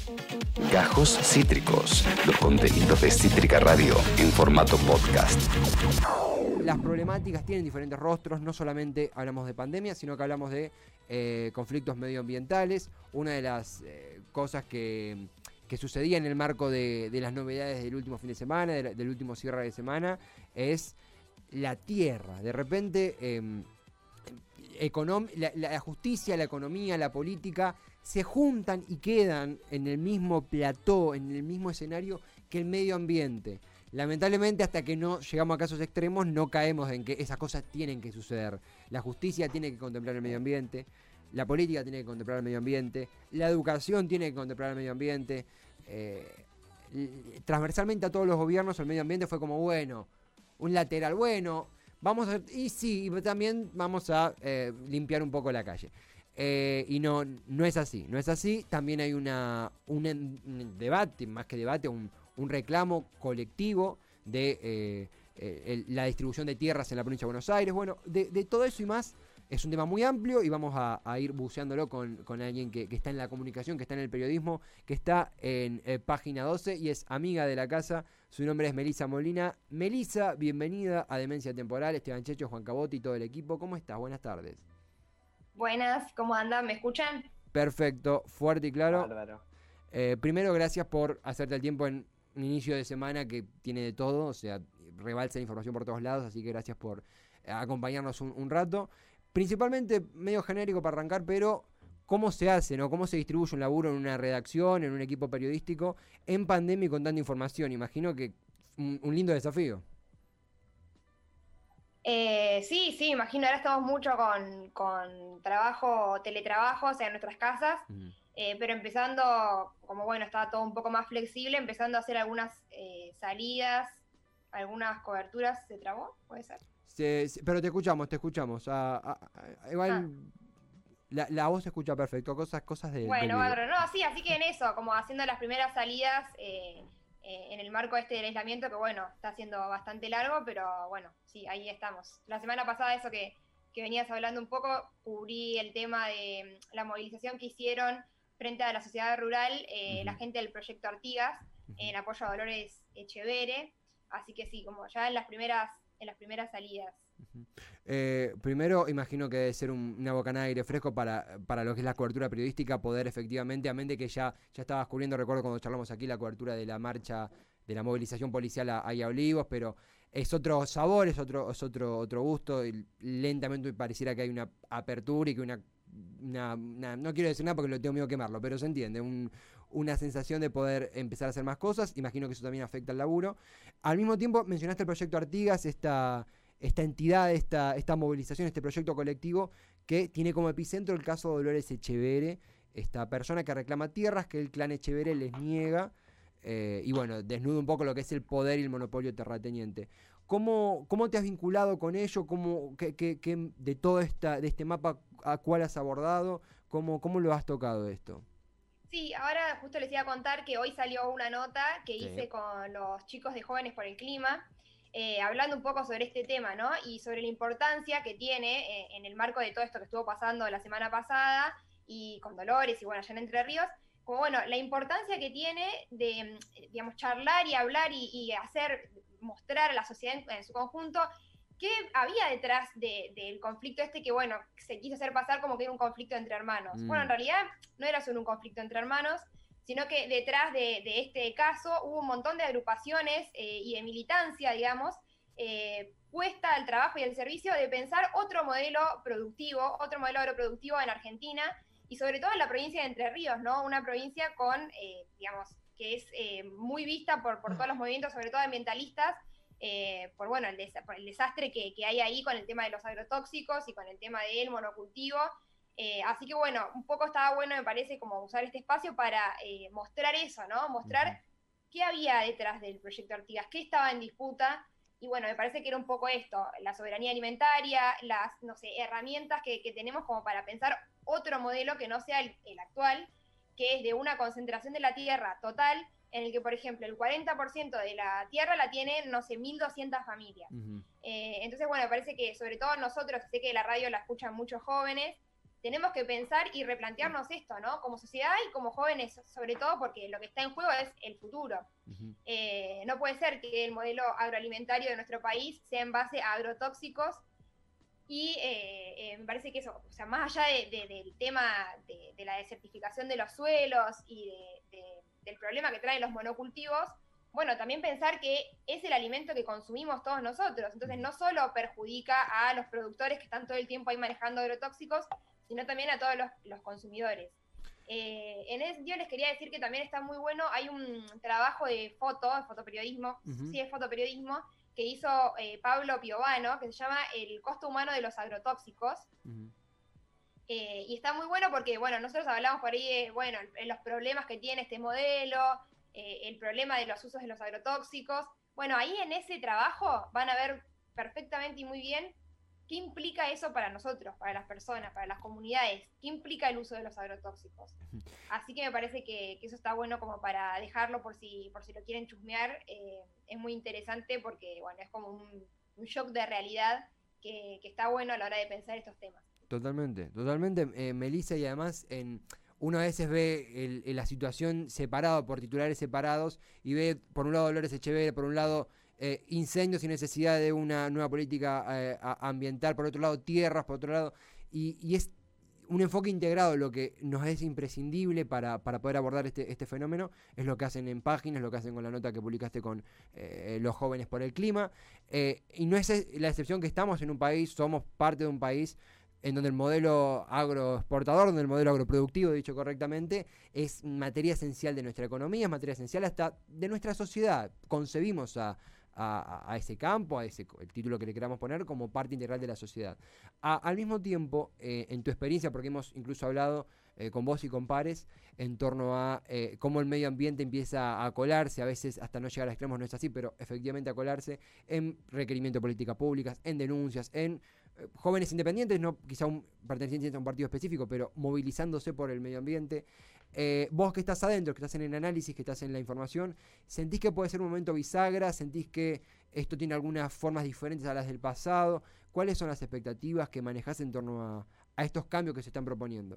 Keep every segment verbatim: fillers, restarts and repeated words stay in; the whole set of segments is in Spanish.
Gajos Cítricos, los contenidos de Cítrica Radio en formato podcast. Las problemáticas tienen diferentes rostros, no solamente hablamos de pandemia, sino que hablamos de eh, conflictos medioambientales. Una de las eh, cosas que, que sucedía en el marco de, de las novedades del último fin de semana, de la, del último cierre de semana, es la tierra. De repente, eh, econom- la, la justicia, la economía, la política se juntan y quedan en el mismo plató, en el mismo escenario que el medio ambiente. Lamentablemente, hasta que no llegamos a casos extremos, no caemos en que esas cosas tienen que suceder. La justicia tiene que contemplar el medio ambiente, la política tiene que contemplar el medio ambiente, la educación tiene que contemplar el medio ambiente. Eh, transversalmente a todos los gobiernos, el medio ambiente fue como, bueno, un lateral, bueno, vamos a... Y sí, y también vamos a eh, limpiar un poco la calle. Eh, y no, no es así, no es así. También hay una un, un debate, más que debate, un... un reclamo colectivo de eh, eh, el, la distribución de tierras en la provincia de Buenos Aires. Bueno, de, de todo eso y más, es un tema muy amplio y vamos a, a ir buceándolo con, con alguien que, que está en la comunicación, que está en el periodismo, que está en eh, Página doce y es amiga de la casa. Su nombre es Melisa Molina. Melisa, bienvenida a Demencia Temporal. Esteban Checho, Juan Cabote y todo el equipo. ¿Cómo estás? Buenas tardes. Buenas, ¿cómo andan? ¿Me escuchan? Perfecto, fuerte y claro. Bárbaro. Eh, primero, gracias por hacerte el tiempo en un inicio de semana que tiene de todo, o sea, rebalsa la información por todos lados, así que gracias por acompañarnos un, un rato. Principalmente, medio genérico para arrancar, pero ¿cómo se hace, no? ¿Cómo se distribuye un laburo en una redacción, en un equipo periodístico, en pandemia y con tanta información? Imagino que un, un lindo desafío. Eh, sí, sí, imagino, ahora estamos mucho con, con trabajo, teletrabajo, o sea, en nuestras casas. Uh-huh. Eh, pero empezando, como bueno, estaba todo un poco más flexible, empezando a hacer algunas eh, salidas, algunas coberturas. ¿Se trabó? ¿Puede ser? Sí, sí, pero te escuchamos, te escuchamos. Ah, ah, ah, igual ah. La, la voz se escucha perfecto, cosas, cosas de. Bueno, bárbaro, no, sí, así que en eso, como haciendo las primeras salidas eh, eh, en el marco este del aislamiento, que bueno, está siendo bastante largo, pero bueno, sí, ahí estamos. La semana pasada, eso que, que venías hablando un poco, cubrí el tema de la movilización que hicieron frente a la sociedad rural, eh, uh-huh. la gente del proyecto Artigas, uh-huh. en apoyo a Dolores Echeverre, así que sí, como ya en las primeras, en las primeras salidas. Uh-huh. Eh, primero, imagino que debe ser un, una bocanada de aire fresco para, para lo que es la cobertura periodística, poder efectivamente, a mente que ya, ya estabas cubriendo, recuerdo cuando charlamos aquí la cobertura de la marcha, de la movilización policial ahí a Olivos, pero es otro sabor, es otro, es otro, otro gusto, y lentamente pareciera que hay una apertura y que una Una, una, no quiero decir nada porque lo tengo miedo de quemarlo, pero se entiende, un, una sensación de poder empezar a hacer más cosas. Imagino que eso también afecta al laburo. Al mismo tiempo, mencionaste el proyecto Artigas, esta, esta entidad, esta, esta movilización, este proyecto colectivo que tiene como epicentro el caso de Dolores Echeverre, esta persona que reclama tierras que el clan Echeverre les niega, eh, y bueno, desnuda un poco lo que es el poder y el monopolio terrateniente. ¿Cómo, cómo te has vinculado con ello? ¿Cómo, qué, qué, qué, de todo esta, de este mapa a cuál has abordado? ¿Cómo, cómo lo has tocado esto? Sí, ahora justo les iba a contar que hoy salió una nota que sí. hice con los chicos de Jóvenes por el Clima, eh, hablando un poco sobre este tema, ¿no? Y sobre la importancia que tiene eh, en el marco de todo esto que estuvo pasando la semana pasada y con Dolores y bueno, allá en Entre Ríos, como bueno, la importancia que tiene de, digamos, charlar y hablar y, y hacer, mostrar a la sociedad en, en su conjunto qué había detrás de, del conflicto este que, bueno, se quiso hacer pasar como que era un conflicto entre hermanos. Mm. Bueno, en realidad no era solo un conflicto entre hermanos, sino que detrás de, de este caso hubo un montón de agrupaciones eh, y de militancia, digamos, eh, puesta al trabajo y al servicio de pensar otro modelo productivo, otro modelo agroproductivo en Argentina, y sobre todo en la provincia de Entre Ríos, ¿no? Una provincia con, eh, digamos, que es eh, muy vista por, por todos los movimientos, sobre todo ambientalistas, eh, por, bueno, el, des- por el desastre que, que hay ahí con el tema de los agrotóxicos y con el tema del monocultivo. Eh, así que, bueno, un poco estaba bueno, me parece, como usar este espacio para eh, mostrar eso, ¿no? Mostrar uh-huh. qué había detrás del proyecto Artigas, qué estaba en disputa. Y bueno, me parece que era un poco esto, la soberanía alimentaria, las, no sé, herramientas que, que tenemos como para pensar otro modelo que no sea el, el actual, que es de una concentración de la tierra total, en el que, por ejemplo, el cuarenta por ciento de la tierra la tienen, no sé, mil doscientas familias. Uh-huh. Eh, entonces, bueno, me parece que sobre todo nosotros, sé que la radio la escuchan muchos jóvenes, tenemos que pensar y replantearnos esto, ¿no? Como sociedad y como jóvenes, sobre todo porque lo que está en juego es el futuro. Uh-huh. Eh, no puede ser que el modelo agroalimentario de nuestro país sea en base a agrotóxicos y eh, eh, me parece que eso, o sea, más allá de, de, del tema de, de la desertificación de los suelos y de, de, del problema que traen los monocultivos, bueno, también pensar que es el alimento que consumimos todos nosotros, entonces no solo perjudica a los productores que están todo el tiempo ahí manejando agrotóxicos, sino también a todos los, los consumidores. Eh, en ese sentido les quería decir que también está muy bueno, hay un trabajo de foto, de fotoperiodismo, uh-huh. sí, es fotoperiodismo, que hizo eh, Pablo Piovano, que se llama El costo humano de los agrotóxicos. Uh-huh. Eh, y está muy bueno porque, bueno, nosotros hablamos por ahí de, bueno, los problemas que tiene este modelo, eh, el problema de los usos de los agrotóxicos. Bueno, ahí en ese trabajo van a ver perfectamente y muy bien qué implica eso para nosotros, para las personas, para las comunidades, qué implica el uso de los agrotóxicos. Así que me parece que, que eso está bueno como para dejarlo por si, por si lo quieren chusmear. Eh, es muy interesante porque, bueno, es como un, un shock de realidad que, que está bueno a la hora de pensar estos temas. Totalmente, totalmente, eh, Melissa, y además en... uno a veces ve el, el, la situación separada por titulares separados y ve por un lado Dolores Echeverría, por un lado eh, incendios y necesidad de una nueva política eh, ambiental, por otro lado tierras, por otro lado, y, y es un enfoque integrado. Lo que nos es imprescindible para, para poder abordar este, este fenómeno es lo que hacen en Páginas, lo que hacen con la nota que publicaste con eh, los jóvenes por el clima, eh, y no es la excepción que estamos en un país, somos parte de un país en donde el modelo agroexportador, donde el modelo agroproductivo, dicho correctamente, es materia esencial de nuestra economía, es materia esencial hasta de nuestra sociedad. Concebimos a, a, a ese campo, a ese el título que le queramos poner, como parte integral de la sociedad. A, al mismo tiempo, eh, en tu experiencia, porque hemos incluso hablado eh, con vos y con pares, en torno a eh, cómo el medio ambiente empieza a colarse, a veces hasta no llegar a extremos, no es así, pero efectivamente a colarse en requerimiento de políticas públicas, en denuncias, en jóvenes independientes, no quizá un, pertenecientes a un partido específico, pero movilizándose por el medio ambiente. Eh, vos que estás adentro, que estás en el análisis, que estás en la información, ¿sentís que puede ser un momento bisagra? ¿Sentís que esto tiene algunas formas diferentes a las del pasado? ¿Cuáles son las expectativas que manejás en torno a, a estos cambios que se están proponiendo?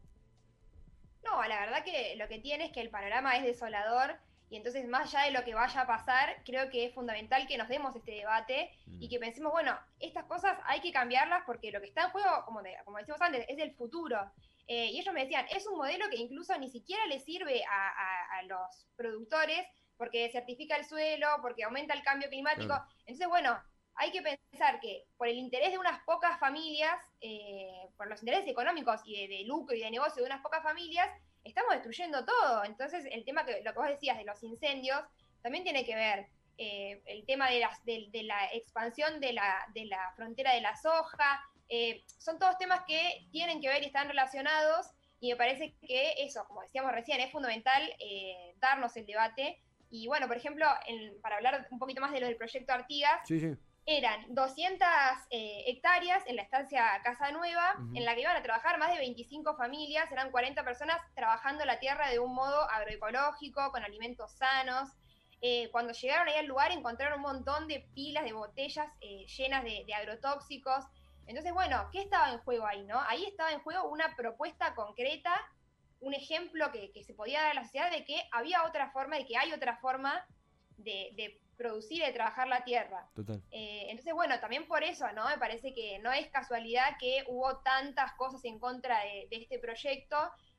No, la verdad que lo que tiene es que el panorama es desolador. Y entonces, más allá de lo que vaya a pasar, creo que es fundamental que nos demos este debate mm. y que pensemos, bueno, estas cosas hay que cambiarlas porque lo que está en juego, como, de, como decimos antes, es el futuro. Eh, y ellos me decían, es un modelo que incluso ni siquiera le sirve a, a, a los productores porque certifica el suelo, porque aumenta el cambio climático. Claro. Entonces, bueno, hay que pensar que por el interés de unas pocas familias, eh, por los intereses económicos y de, de lucro y de negocio de unas pocas familias, estamos destruyendo todo. Entonces el tema que lo que vos decías de los incendios también tiene que ver eh, el tema de, las, de, de la expansión de la, de la frontera de la soja, eh, son todos temas que tienen que ver y están relacionados, y me parece que eso, como decíamos recién, es fundamental eh, darnos el debate. Y bueno, por ejemplo, en, para hablar un poquito más de lo del proyecto Artigas, sí, sí. eran doscientas eh, hectáreas en la estancia Casa Nueva, uh-huh. en la que iban a trabajar más de veinticinco familias, eran cuarenta personas trabajando la tierra de un modo agroecológico, con alimentos sanos. Eh, cuando llegaron ahí al lugar encontraron un montón de pilas de botellas eh, llenas de, de agrotóxicos. Entonces, bueno, ¿qué estaba en juego ahí, no? Ahí estaba en juego una propuesta concreta, un ejemplo que, que se podía dar a la sociedad de que había otra forma, de que hay otra forma de, de producir y de trabajar la tierra. Total. Eh, entonces, bueno, también por eso, ¿no? Me parece que no es casualidad que hubo tantas cosas en contra de, de este proyecto.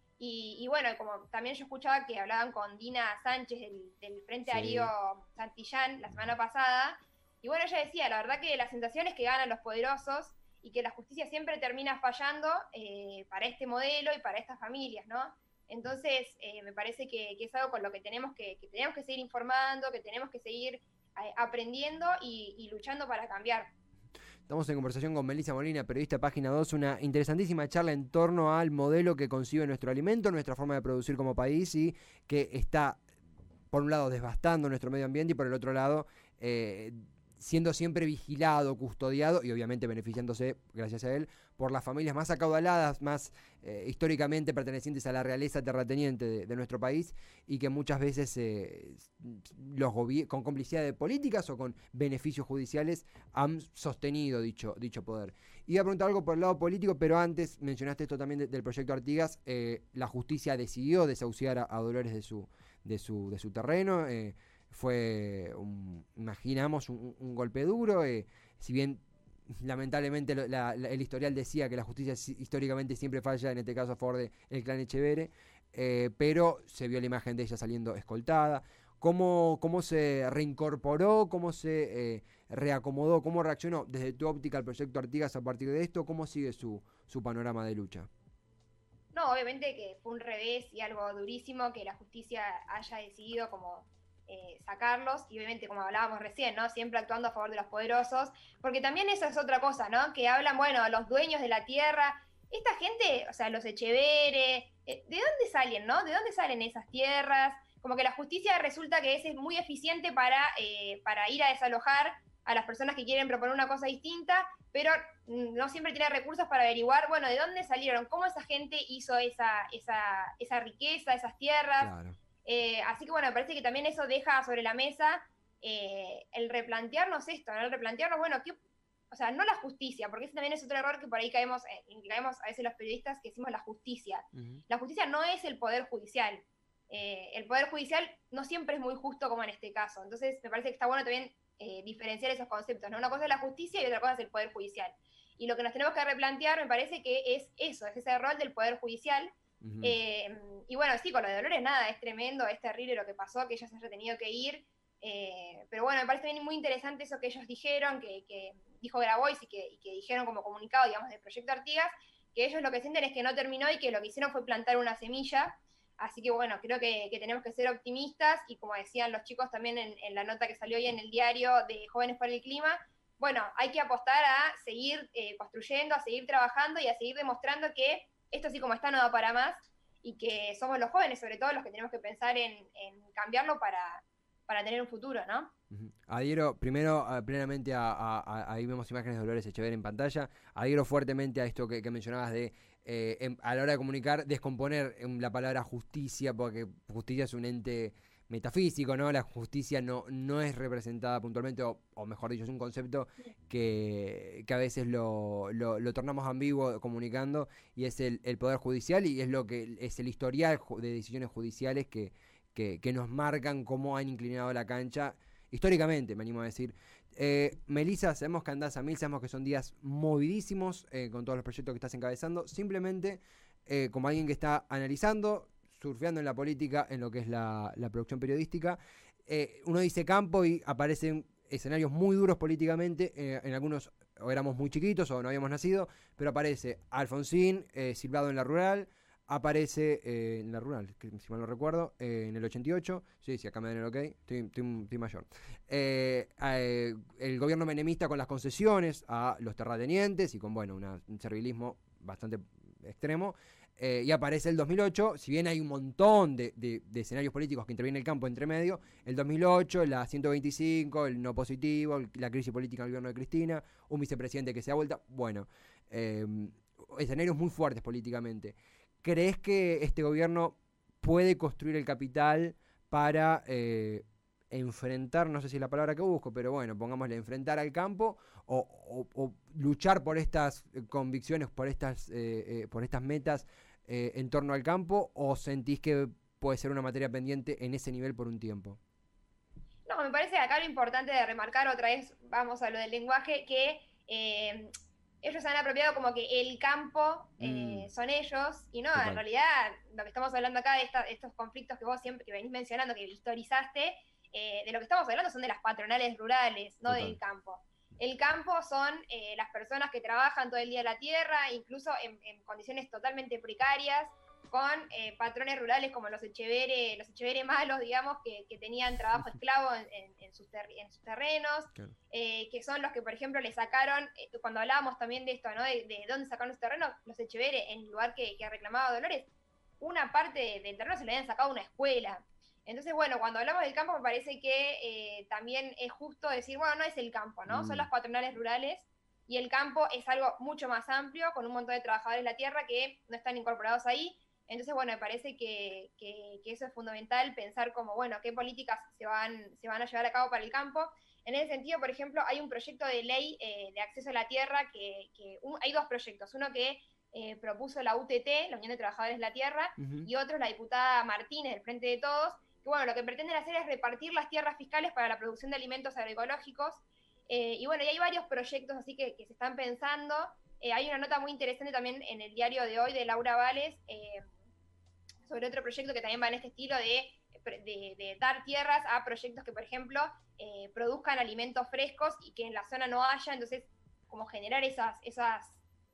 Y, y bueno, como también yo escuchaba que hablaban con Dina Sánchez del, del Frente sí. Darío Santillán la semana pasada, y bueno, ella decía, la verdad que la sensación es que ganan los poderosos y que la justicia siempre termina fallando eh, para este modelo y para estas familias, ¿no? Entonces, eh, me parece que, que es algo con lo que tenemos que, que tenemos que seguir informando, que tenemos que seguir eh, aprendiendo y, y luchando para cambiar. Estamos en conversación con Melissa Molina, periodista Página dos, una interesantísima charla en torno al modelo que concibe nuestro alimento, nuestra forma de producir como país y que está, por un lado, devastando nuestro medio ambiente y por el otro lado, eh, siendo siempre vigilado, custodiado y obviamente beneficiándose, gracias a él, por las familias más acaudaladas, más eh, históricamente pertenecientes a la realeza terrateniente de, de nuestro país, y que muchas veces eh, los con complicidad de políticas o con beneficios judiciales han sostenido dicho, dicho poder. Iba a preguntar algo por el lado político, pero antes mencionaste esto también de, del proyecto Artigas. Eh, la justicia decidió desahuciar a, a Dolores de su, de su, de su terreno. Eh, Fue, un, imaginamos, un, un golpe duro, eh, si bien lamentablemente la, la, el historial decía que la justicia históricamente siempre falla, en este caso a favor del clan Etcheverry, eh, pero se vio la imagen de ella saliendo escoltada. ¿Cómo, cómo se reincorporó, cómo se eh, reacomodó, cómo reaccionó desde tu óptica al proyecto Artigas a partir de esto? ¿Cómo sigue su, su panorama de lucha? No, obviamente que fue un revés y algo durísimo que la justicia haya decidido como Eh, sacarlos, y obviamente, como hablábamos recién, ¿no? Siempre actuando a favor de los poderosos, porque también eso es otra cosa, ¿no? Que hablan, bueno, los dueños de la tierra, esta gente, o sea, los Etcheverry, eh, ¿de dónde salen, no? ¿De dónde salen esas tierras? Como que la justicia resulta que es muy eficiente para, eh, para ir a desalojar a las personas que quieren proponer una cosa distinta, pero no siempre tiene recursos para averiguar, bueno, ¿de dónde salieron? ¿Cómo esa gente hizo esa, esa, esa riqueza, esas tierras? Claro. Eh, así que bueno, me parece que también eso deja sobre la mesa eh, el replantearnos esto, ¿no? El replantearnos, bueno, ¿qué, o sea, no la justicia, porque ese también es otro error que por ahí caemos, eh, caemos a veces los periodistas que decimos la justicia. Uh-huh. La justicia no es el poder judicial. Eh, el poder judicial no siempre es muy justo como en este caso. Entonces me parece que está bueno también eh, diferenciar esos conceptos, ¿no? Una cosa es la justicia y otra cosa es el poder judicial. Y lo que nos tenemos que replantear me parece que es eso, es ese rol del poder judicial. Uh-huh. Eh, y bueno, sí, con lo de Dolores nada, es tremendo, es terrible lo que pasó, que ella se haya tenido que ir, eh, pero bueno, me parece también muy interesante eso que ellos dijeron, que, que dijo Grabois y que, y que dijeron como comunicado, digamos, del proyecto Artigas, que ellos lo que sienten es que no terminó y que lo que hicieron fue plantar una semilla. Así que bueno, creo que, que tenemos que ser optimistas, y como decían los chicos también en, en la nota que salió hoy en el diario de Jóvenes por el Clima, bueno, hay que apostar a seguir eh, construyendo, a seguir trabajando y a seguir demostrando que esto así como está no da para más, y que somos los jóvenes, sobre todo, los que tenemos que pensar en, en cambiarlo para, para tener un futuro, ¿no? Uh-huh. Adhiero primero uh, plenamente a, a, a, ahí vemos imágenes de Dolores Etcheverry en pantalla, adhiero fuertemente a esto que, que mencionabas de, eh, en, a la hora de comunicar, descomponer en la palabra justicia, porque justicia es un ente metafísico, ¿no? La justicia no, no es representada puntualmente, o, o mejor dicho, es un concepto que, que a veces lo, lo, lo tornamos ambiguo comunicando, y es el, el poder judicial, y es lo que es el historial de decisiones judiciales que, que, que nos marcan cómo han inclinado la cancha históricamente, me animo a decir. Eh, Melissa, sabemos que andás a mil, sabemos que son días movidísimos eh, con todos los proyectos que estás encabezando. Simplemente, eh, como alguien que está analizando, surfeando en la política, en lo que es la, la producción periodística, eh, uno dice campo y aparecen escenarios muy duros políticamente, eh, en algunos o éramos muy chiquitos o no habíamos nacido, pero aparece Alfonsín, eh, silbado en la rural, aparece eh, en la rural, que, si mal no recuerdo, eh, en el ochenta y ocho, sí, sí, acá me dan el ok, estoy, estoy, estoy mayor. Eh, eh, el gobierno menemista con las concesiones a los terratenientes y con, bueno, una, un servilismo bastante extremo. Eh, y aparece el dos mil ocho, si bien hay un montón de, de, de escenarios políticos que interviene el campo entre medio, el dos mil ocho, la ciento veinticinco, el no positivo, el, la crisis política del gobierno de Cristina, un vicepresidente que se ha vuelto, bueno, eh, escenarios muy fuertes políticamente. ¿Crees que este gobierno puede construir el capital para eh, enfrentar, no sé si es la palabra que busco, pero bueno, pongámosle, enfrentar al campo o, o, o luchar por estas convicciones, por estas, eh, eh, por estas metas eh, en torno al campo, o sentís que puede ser una materia pendiente en ese nivel por un tiempo? No, me parece acá lo importante de remarcar otra vez, vamos a lo del lenguaje, que eh, ellos se han apropiado como que el campo eh, mm. son ellos, y no, Total. En realidad lo que estamos hablando acá de esta, estos conflictos que vos siempre que venís mencionando, que historizaste, eh, de lo que estamos hablando son de las patronales rurales, no Total. Del campo. El campo son eh, las personas que trabajan todo el día la tierra, incluso en, en condiciones totalmente precarias, con eh, patrones rurales como los Etcheverry, los Etcheverry malos, digamos, que, que tenían trabajo esclavo en, en, en, sus, ter en sus terrenos, claro. eh, que son los que, por ejemplo, le sacaron, eh, cuando hablábamos también de esto, ¿no? De, de dónde sacaron los terrenos, los Etcheverry, en el lugar que, que reclamaba Dolores, una parte del terreno se le habían sacado a una escuela. Entonces, bueno, cuando hablamos del campo me parece que eh, también es justo decir, bueno, no es el campo, ¿no? Mm. Son las patronales rurales y el campo es algo mucho más amplio, con un montón de trabajadores de la tierra que no están incorporados ahí. Entonces, bueno, me parece que, que, que eso es fundamental, pensar como, bueno, qué políticas se van, se van a llevar a cabo para el campo. En ese sentido, por ejemplo, hay un proyecto de ley eh, de acceso a la tierra, que, que un, hay dos proyectos, uno que eh, propuso la U T T, la Unión de Trabajadores de la Tierra, uh-huh. y otro la diputada Martínez, del Frente de Todos, que bueno, lo que pretenden hacer es repartir las tierras fiscales para la producción de alimentos agroecológicos, eh, y bueno, y hay varios proyectos así que, que se están pensando. Eh, hay una nota muy interesante también en el diario de hoy de Laura Vales, eh, sobre otro proyecto que también va en este estilo de, de, de dar tierras a proyectos que, por ejemplo, eh, produzcan alimentos frescos y que en la zona no haya, entonces como generar esas, esas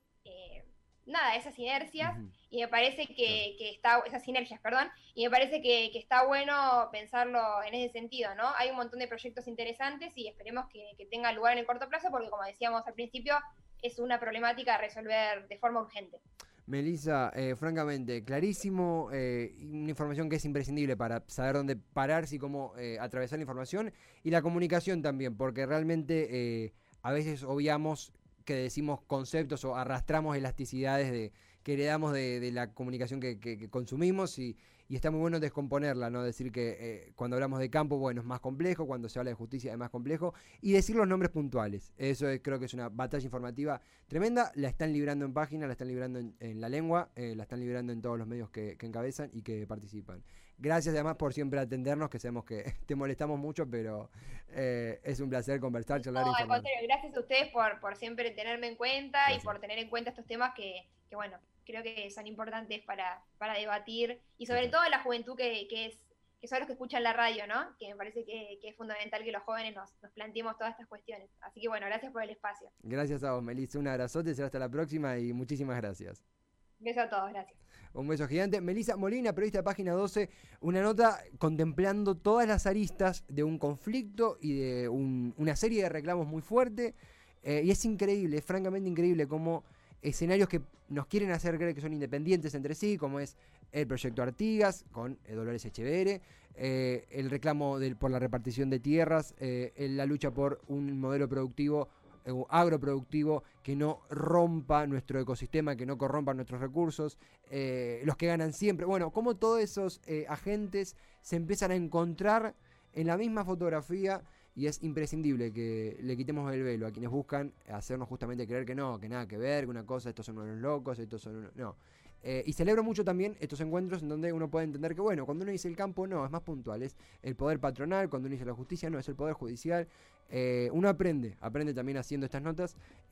eh, nada, esas inercias, uh-huh. y me parece que, que está, esas sinergias, perdón, y me parece que, que está bueno pensarlo en ese sentido, ¿no? Hay un montón de proyectos interesantes y esperemos que, que tengan lugar en el corto plazo, porque como decíamos al principio, es una problemática a resolver de forma urgente. Melissa, eh, francamente, clarísimo, eh, una información que es imprescindible para saber dónde pararse y cómo eh, atravesar la información, y la comunicación también, porque realmente eh, a veces obviamos que decimos conceptos o arrastramos elasticidades de, que heredamos de, de la comunicación que, que, que consumimos, y, y está muy bueno descomponerla, ¿no? Decir que eh, cuando hablamos de campo, bueno, es más complejo, cuando se habla de justicia es más complejo, y decir los nombres puntuales. Eso es, creo que es una batalla informativa tremenda. La están librando en página, la están librando en, en La Lengua, eh, la están librando en todos los medios que, que encabezan y que participan. Gracias además por siempre atendernos, que sabemos que te molestamos mucho, pero eh, es un placer conversar, charlar no, y informar. Al contrario, gracias a ustedes por, por siempre tenerme en cuenta, gracias. Y por tener en cuenta estos temas que, que bueno, creo que son importantes para, para debatir, y sobre sí. todo la juventud que, que es que son los que escuchan la radio, ¿no? Que me parece que, que es fundamental que los jóvenes nos, nos planteemos todas estas cuestiones. Así que bueno, gracias por el espacio. Gracias a vos, Melissa, un abrazote, será hasta la próxima y muchísimas gracias. Un beso a todos, gracias. Un beso gigante. Melissa Molina, periodista de Página doce, una nota contemplando todas las aristas de un conflicto y de un, una serie de reclamos muy fuerte, eh, y es increíble, es francamente increíble cómo escenarios que nos quieren hacer creer que son independientes entre sí, como es el proyecto Artigas con eh, Dolores Echeverre, eh, el reclamo del, por la repartición de tierras, eh, la lucha por un modelo productivo, eh, agroproductivo que no rompa nuestro ecosistema, que no corrompa nuestros recursos, eh, los que ganan siempre. Bueno, como todos esos eh, agentes se empiezan a encontrar en la misma fotografía. Y es imprescindible que le quitemos el velo a quienes buscan hacernos justamente creer que no, que nada que ver, que una cosa, estos son unos locos, estos son unos... No. Eh, y celebro mucho también estos encuentros en donde uno puede entender que, bueno, cuando uno dice el campo, no, es más puntual, es el poder patronal, cuando uno dice la justicia, no, es el poder judicial. Eh, uno aprende, aprende también haciendo estas notas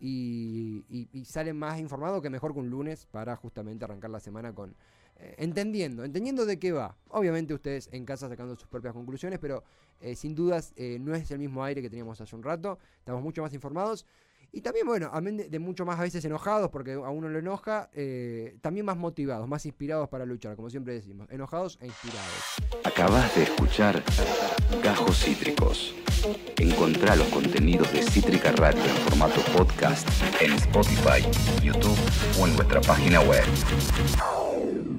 y, y, y sale más informado que mejor que un lunes para justamente arrancar la semana con... Eh, entendiendo, entendiendo de qué va. Obviamente ustedes en casa sacando sus propias conclusiones, pero eh, sin dudas eh, no es el mismo aire que teníamos hace un rato, estamos mucho más informados y también, bueno, amén de, de mucho más a veces enojados porque a uno lo enoja, eh, también más motivados, más inspirados para luchar, como siempre decimos, enojados e inspirados. Acabas de escuchar Gajos Cítricos. Encontrá los contenidos de Cítrica Radio en formato podcast en Spotify, YouTube o en nuestra página web.